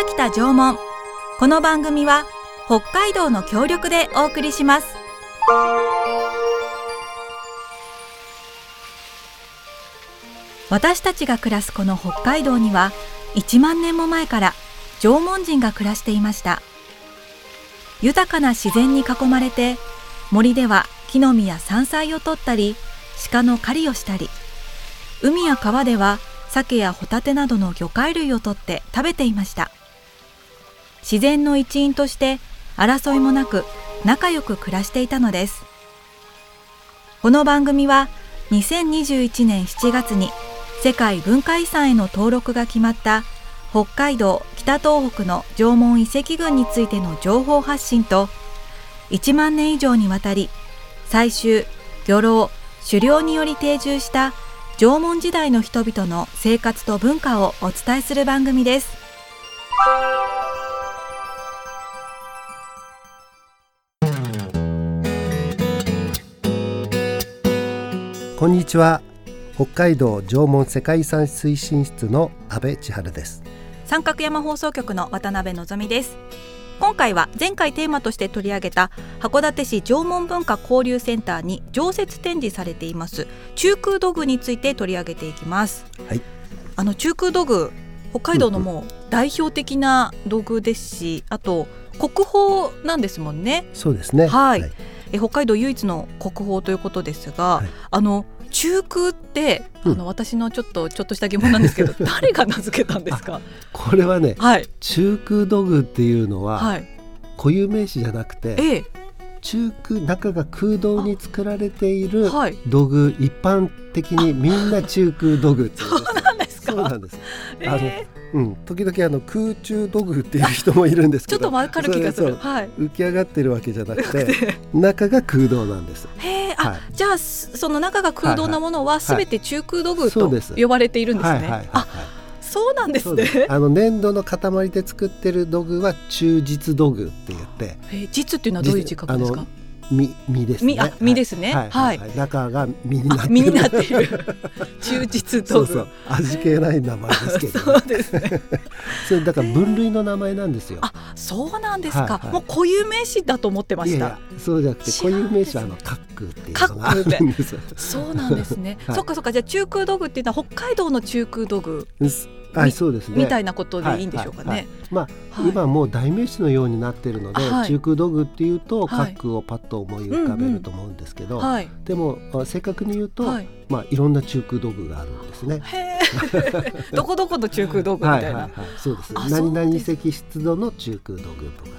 北北縄文。この番組は北海道の協力でお送りします。私たちが暮らすこの北海道には1万年も前から縄文人が暮らしていました。豊かな自然に囲まれて、森では木の実や山菜を取ったり、鹿の狩りをしたり、海や川では鮭やホタテなどの魚介類を取って食べていました。自然の一員として争いもなく仲良く暮らしていたのです。この番組は2021年7月に世界文化遺産への登録が決まった北海道北東北の縄文遺跡群についての情報発信と、1万年以上にわたり採集、漁労、狩猟により定住した縄文時代の人々の生活と文化をお伝えする番組です。 こんにちは。北海道縄文世界遺産推進室の阿部千春です。 三角山放送局の渡辺のぞみです。今回は前回テーマとして取り上げた函館市縄文文化交流センターに常設展示されています中空土偶について取り上げていきます。 はい、 中空土偶、北海道のもう代表的な土偶ですし、あと国宝なんですもんね。 そうですね。 はい、北海道唯一の国宝ということですが、中空って、私のちょっとした疑問なんですけど誰が名付けたんですか？ これはね、中空土偶っていうのは、固有名詞じゃなくて、中が空洞に作られている土偶、一般的にみんな中空土偶っていうんです。 そうなんですか？ そうなんです。時々空中土偶っていう人もいるんですけど、 ちょっと分かる気がする。 浮き上がってるわけじゃなくて中が空洞なんです。 じゃあその中が空洞なものは全て中空土偶と呼ばれているんですね。そうなんですね。 粘土の塊で作ってる土偶は中実土偶って言って、 実っていうのはどういう字書くんですか？ 実ですね。 実ですね。 中が実になっている中実土偶。 そう味気ない名前ですけど、 そうですね。 それだから分類の名前なんですよ。 そうなんですか。もう固有名詞だと思ってました。 いやそうじゃなくて固有名詞は滑空っていうのがあるんですよ。 そうなんですね。そっか。じゃあ中空土偶っていうのは北海道の中空土偶そうですね、 みたいなことでいいんでしょうかね。 今もう代名詞のようになっているので、中空土偶っていうと滑空をパッと思い浮かべると思うんですけど、でも正確に言うと、いろんな中空土偶があるんですね。 どこどこの中空土偶みたいな。 そうです。何々積湿度の中空土偶とか。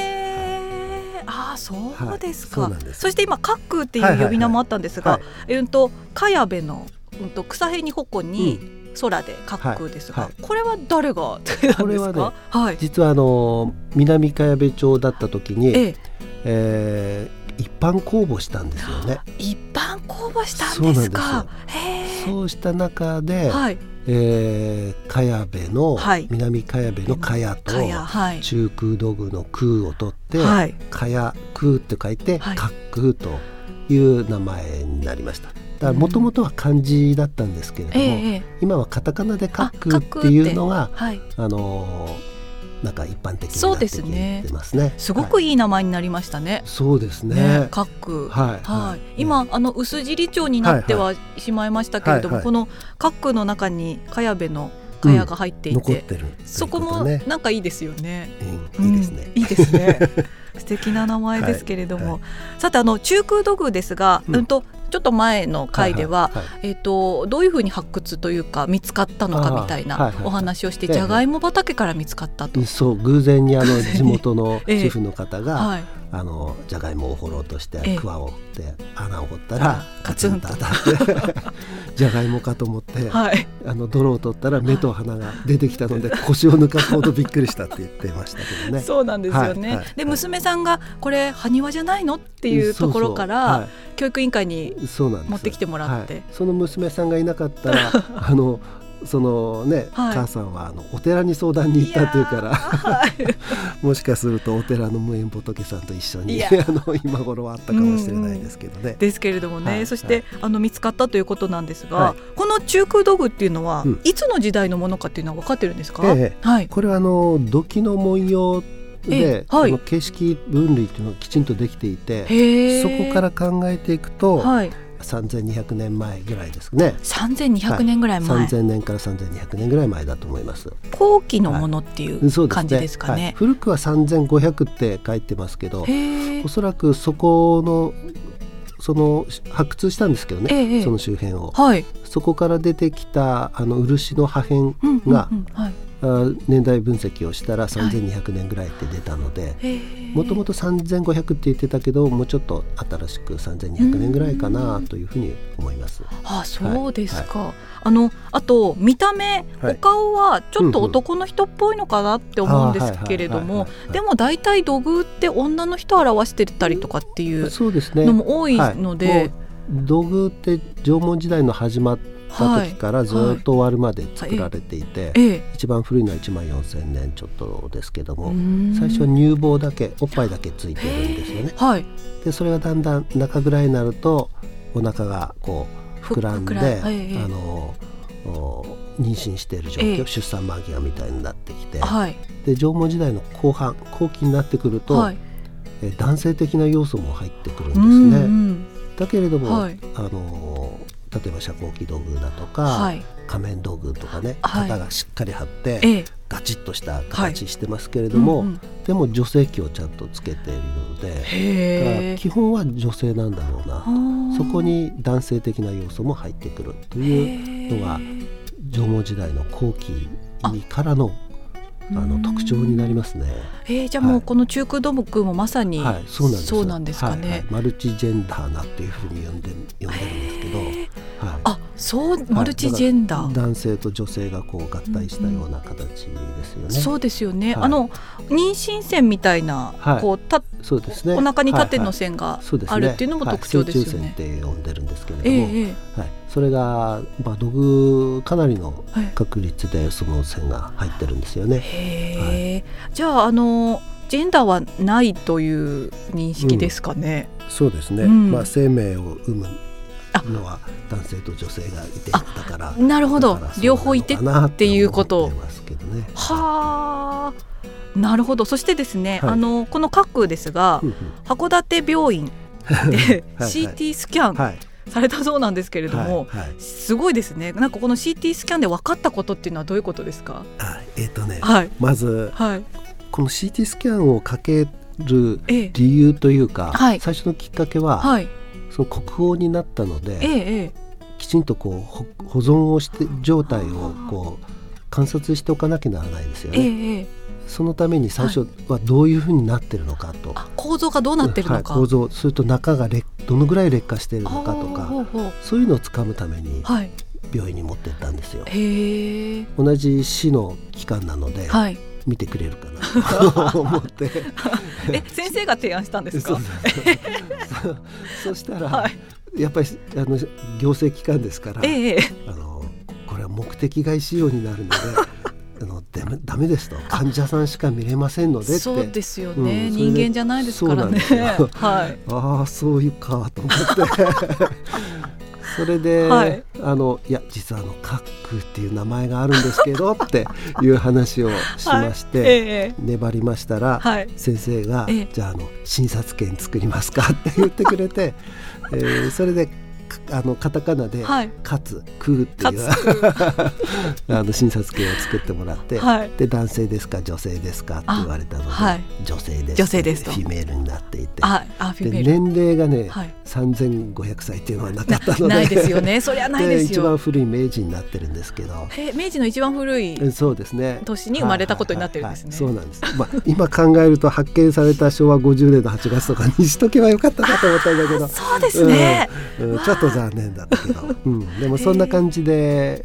そうですか。 そうなんです。 そして今滑空っていう呼び名もあったんですが、茅部の草辺に鉾に空で滑空ですが、これは誰がつけたんですか？ 実は南茅部町だった時に、一般公募したんですよね。一般公募したんですか？ そうした中で、茅部の、南茅部の茅と中空土偶の空を取って、茅空って書いて滑空という名前になりました。もともとは漢字だったんですけれども、今はカタカナで滑空っていうのがなんか一般的になってきてますね。 すごくいい名前になりましたね。 そうですね。 滑空。今薄尻町になってはしまいましたけれども、この滑空の中に茅部の茅が入っていて、そこもなんかいいですよね。 いいですね。 いいですね。素敵な名前ですけれども、さて中空土偶ですが、ちょっと前の回ではどういうふうに発掘というか見つかったのかみたいなお話をして、じゃがいも畑から見つかったと。 そう、偶然に地元の主婦の方がじゃがいもを掘ろうとしてクワを折って穴を掘ったらカツンと当たってじゃがいもかと思って泥を取ったら目と鼻が出てきたので腰を抜かすほどびっくりしたって言ってましたけどね。 そうなんですよね。で娘さんがこれ埴輪じゃないのっていうところから教育委員会に持ってきてもらって、 その娘さんがいなかったらそのね、母さんはお寺に相談に行ったというから、もしかするとお寺の無縁仏さんと一緒に今頃はあったかもしれないですけどね。 ですけれどもね、そして見つかったということなんですが、この中空土偶っていうのは、いつの時代のものかっていうのは分かってるんですか？ これは土器の文様で、形式分類っていうのがきちんとできていて、そこから考えていくと、3200年前ぐらいですね。 3200年ぐらい前、 3000年から3200年ぐらい前だと思います。 後期のものっていう感じですかね。 古くは3500って書いてますけど、おそらくそこの発掘したんですけどね、その周辺を、そこから出てきた漆の破片が、年代分析をしたら3200年ぐらいって出たので、もともと3500って言ってたけど、もうちょっと新しく3200年ぐらいかなというふうに思います。 そうですか。あと見た目、お顔はちょっと男の人っぽいのかなって思うんですけれども、でも大体土偶って女の人を表してたりとかっていうのも多いので、 土偶って縄文時代の始まった時からずっと終わるまで作られていて、一番古いのは14000年ちょっとですけども、最初は乳房だけ、おっぱいだけついてるんですよね。でそれがだんだん中ぐらいになるとお腹がこう膨らんで、妊娠している状況、出産間際みたいになってきて、で縄文時代の後期になってくると、男性的な要素も入ってくるんですね。だけれども、例えば遮光器土偶だとか、仮面土偶とかね、型がしっかり張って、ガチッとした形してますけれども、でも女性器をちゃんとつけているので、だから基本は女性なんだろうな、そこに男性的な要素も入ってくるというのが縄文時代の後期からの特徴になりますね。 じゃあもうこの中空土偶もまさにそうなんですかね。 マルチジェンダーなっていうふうに呼んでるんですけど、 マルチジェンダー、 男性と女性がこう合体したような形ですよね。 そうですよね。妊娠線みたいな、 そうですね、 お腹に縦の線があるっていうのも特徴ですよね。 正中線って呼んでるんですけれども、それが土偶かなりの確率でその線が入ってるんですよね。 じゃあジェンダーはないという認識ですかね。 そうですね。生命を生むのは男性と女性がいてだから、 なるほど、両方いてっていうことを。なるほど。そしてですね、この各ですが、函館病院で CT スキャンされたそうなんですけれども、すごいですね。なんかこの CT スキャンで分かったことっていうのはどういうことですか？ まず、この CT スキャンをかける理由というか、最初のきっかけは、その国宝になったので、きちんとこう保存をして状態をこう観察しておかなきゃならないですよね。そのために最初はどういうふうになってるのかと、 構造がどうなってるのか、 構造、それと中がどのぐらい劣化しているのかとか、そういうのをつかむために病院に持ってったんですよ。同じ市の機関なので、見てくれるかなと思って先生が提案したんですか？ そしたら、やっぱり行政機関ですから、これは目的外使用になるのでダメですと、患者さんしか見れませんのでって。 そうですよね、人間じゃないですからね。 そういうかと思ってそれで、いや実はカックっていう名前があるんですけどっていう話をしまして、粘りましたら、先生が、じゃあ診察券作りますかって言ってくれて、それでカタカナでカツクーっていう診察券を作ってもらって、で男性ですか女性ですかって言われたので、女性ですとフィメールになっていて、で年齢がね、3500歳っていうのはなかったので、 ないですよね。そりゃないですよ。 一番古い明治になってるんですけど、 明治の一番古いそうですね、 年に生まれたことになってるんですね。 そうなんです。今考えると発見された昭和50年の8月とかにしとけばよかったなと思ったんだけどそうですね、 ちょっと残念だったけど、でもそんな感じで、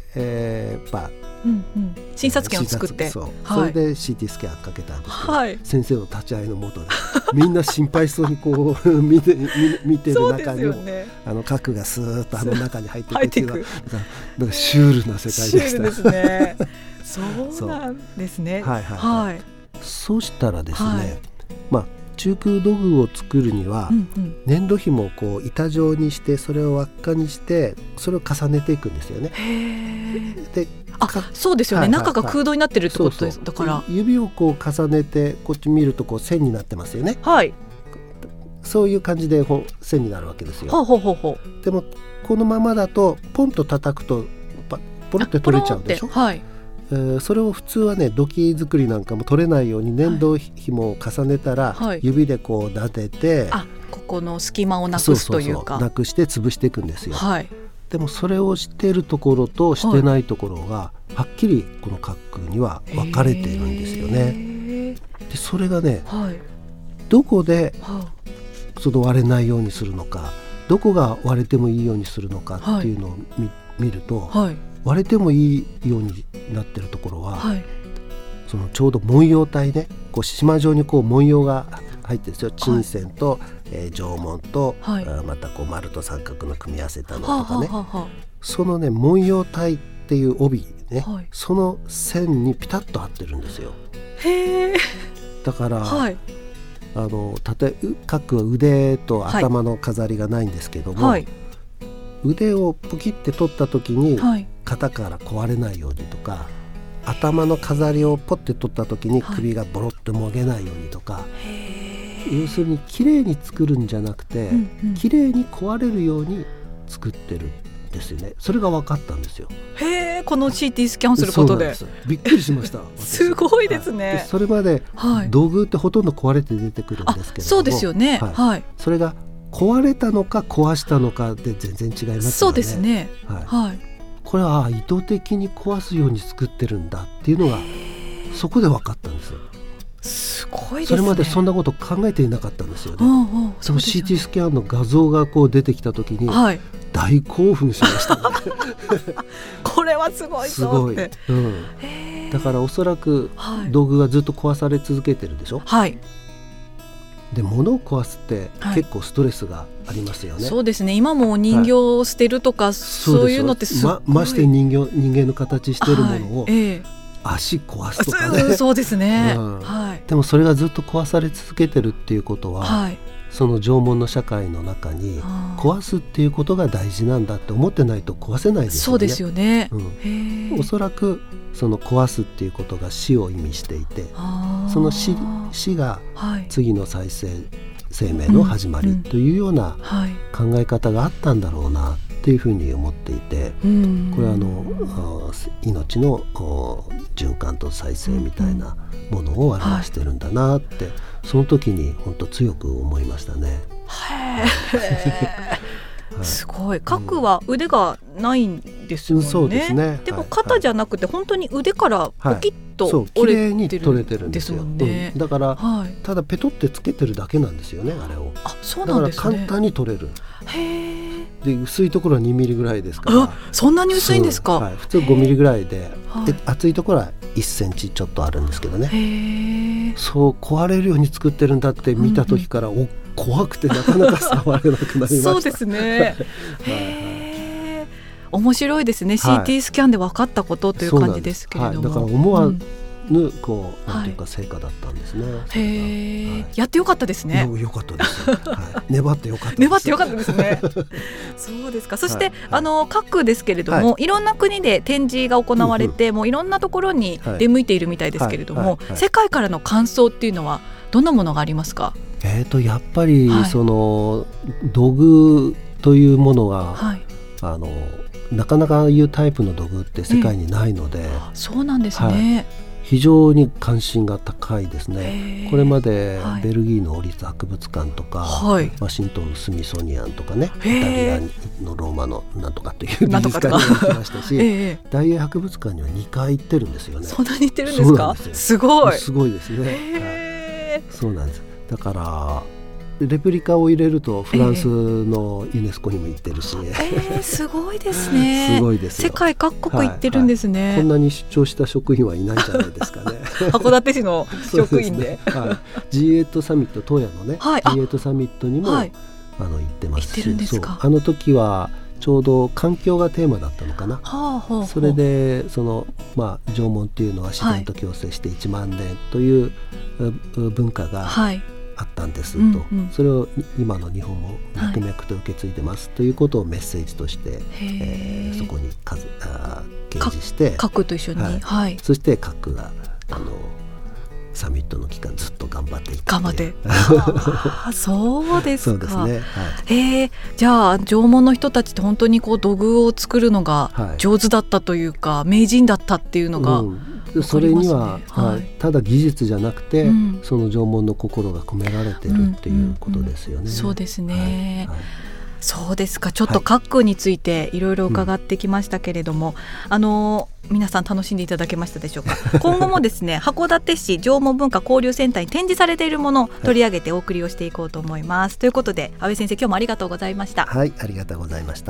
診察券を作って、 それで CT スキャンかけたんですけど、先生の立ち会いのもとでみんな心配そうにこう見てる中にも、ね、核がスーッと中に入っていくっていうのはなんかシュールな世界でした。 シュールですね。そうなんですね。 そうしたらですね、中空土偶を作るには、粘土紐をこう板状にしてそれを輪っかにしてそれを重ねていくんですよね。でそうですよね、中が空洞になってるってことです。だから指をこう重ねてこっち見るとこう線になってますよね。そういう感じで線になるわけですよ。でもこのままだとポンと叩くとポロって取れちゃうんでしょ。それを普通はね土器作りなんかも取れないように粘土紐を重ねたら、指でこう立てて、 ここの隙間をなくすというかなくして潰していくんですよ。でもそれをしているところとしてないところがはっきりこの核には分かれているんですよね。でそれがね、どこでその割れないようにするのか、どこが割れてもいいようにするのかっていうのを見ると、割れてもいいようになってるところは、そのちょうど文様体ね、こう島状にこう文様が入ってるんですよ。沈線と、縄文と、またこう丸と三角の組み合わせたのとかね、そのね文様体っていう帯ね、その線にピタッと合ってるんですよ。だから、各腕と頭の飾りがないんですけども、腕をポキって取った時に、肩から壊れないようにとか、頭の飾りをポッて取った時に首がボロッともげないようにとか、要するに綺麗に作るんじゃなくて、綺麗に壊れるように作ってるんですよね。それが分かったんですよ。 この CT スキャンすることで。 びっくりしました。 すごいですね。 でそれまで道具ってほとんど壊れて出てくるんですけれども、 そうですよね。 それが壊れたのか壊したのかで全然違いますよね。 そうですね。 これは意図的に壊すように作ってるんだっていうのがそこで分かったんですよ。 すごいですね。 それまでそんなこと考えていなかったんですよね。でも CT スキャンの画像がこう出てきた時に大興奮しましたね。 これはすごいぞって。 だからおそらく道具がずっと壊され続けてるでしょ。で物を壊すって結構ストレスがありますよね。 そうですね。今も人形を捨てるとか、そういうのってすごい、 まして人間の形してるものを、足壊すとかね。 そうですね。 でもそれがずっと壊され続けてるっていうことは、その縄文の社会の中に壊すっていうことが大事なんだって思ってないと壊せないですよね。 そうですよね。 おそらくその壊すっていうことが死を意味していて、その死が次の再生命の始まりというような考え方があったんだろうなっていうふうに思っていて、これは命の循環と再生みたいなものを表してるんだなって、その時に本当強く思いましたね。すごい。核は腕がないんですよね。そうですね。でも肩じゃなくて本当に腕からポキッと折れてるんですもんね。だから、ただペトってつけてるだけなんですよね、あれを。 そうなんですね。 だから簡単に取れる。で薄いところは2ミリぐらいですから。 そんなに薄いんですか。 普通5ミリぐらいで、厚いところは1センチちょっとあるんですけどね。そう壊れるように作ってるんだって見た時から、怖くてなかなか触れなくなりました。 そうですね。面白いですね。CT スキャンで分かったことという感じですけれども、 だから思わぬこうなんていうか成果だったんですね。 やってよかったですね。 よかったです。粘ってよかったです。 粘ってよかったですね。そうですか。そして核ですけれども、いろんな国で展示が行われて、もういろんなところに出向いているみたいですけれども、世界からの感想っていうのはどんなものがありますか。 やっぱりその土偶というものが、なかなかいうタイプの土偶って世界にないので、 そうなんですね。 非常に関心が高いですね。これまでベルギーの王立博物館とか、ワシントンのスミソニアンとかね、イタリアのローマのなんとかっていう美術館にも行きましたし、大英博物館には2回行ってるんですよね。 そんなに行ってるんですか。すごい。 すごいですね。そうなんです。だからレプリカを入れるとフランスのユネスコにも行ってるし、 すごいですね。 すごいですよ。 世界各国行ってるんですね。 こんなに出張した職員はいないんじゃないですかね。 函館市の職員で G8 サミット、東野のね、G8 サミットにも、行ってますし、あの時はちょうど環境がテーマだったのかな、それで縄文っていうのは自然と共生して1万年という文化があったんですと、それを今の日本も脈々と受け継いでますということをメッセージとして、そこに掲示して核と一緒に、 そして核がサミットの期間ずっと頑張っていってそうですか。 そうですね、 じゃあ縄文の人たちって本当に土具を作るのが上手だったというか、名人だったっていうのが、 それには、ただ技術じゃなくて、その縄文の心が込められてるっていうことですよね。 そうですね、そうですか。ちょっと核についていろいろ伺ってきましたけれども、皆さん楽しんでいただけましたでしょうか。今後もですね、函館市縄文文化交流センターに展示されているものを取り上げてお送りをしていこうと思います。ということで、安倍先生、今日もありがとうございました。 はい、ありがとうございました。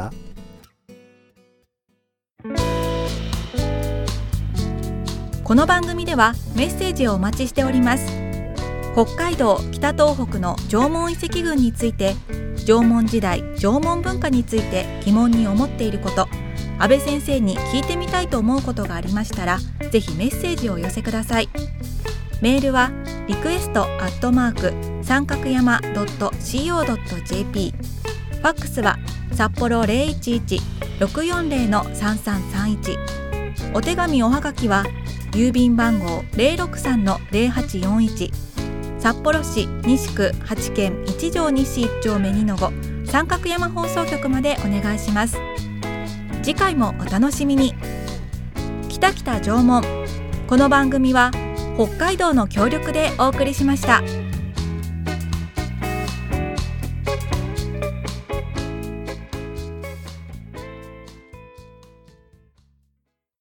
この番組ではメッセージをお待ちしております。北海道北東北の縄文遺跡群について、縄文時代縄文文化について疑問に思っていること、安倍先生に聞いてみたいと思うことがありましたら、ぜひメッセージをお寄せください。メールはrequest@三角山.co.jp、 ファックスは札幌 011-640-3331、 お手紙おはがきは郵便番号 063-0841、 札幌市西区8軒1条西1丁目2の5、三角山放送局までお願いします。次回もお楽しみに。北北縄文、この番組は北海道の協力でお送りしました。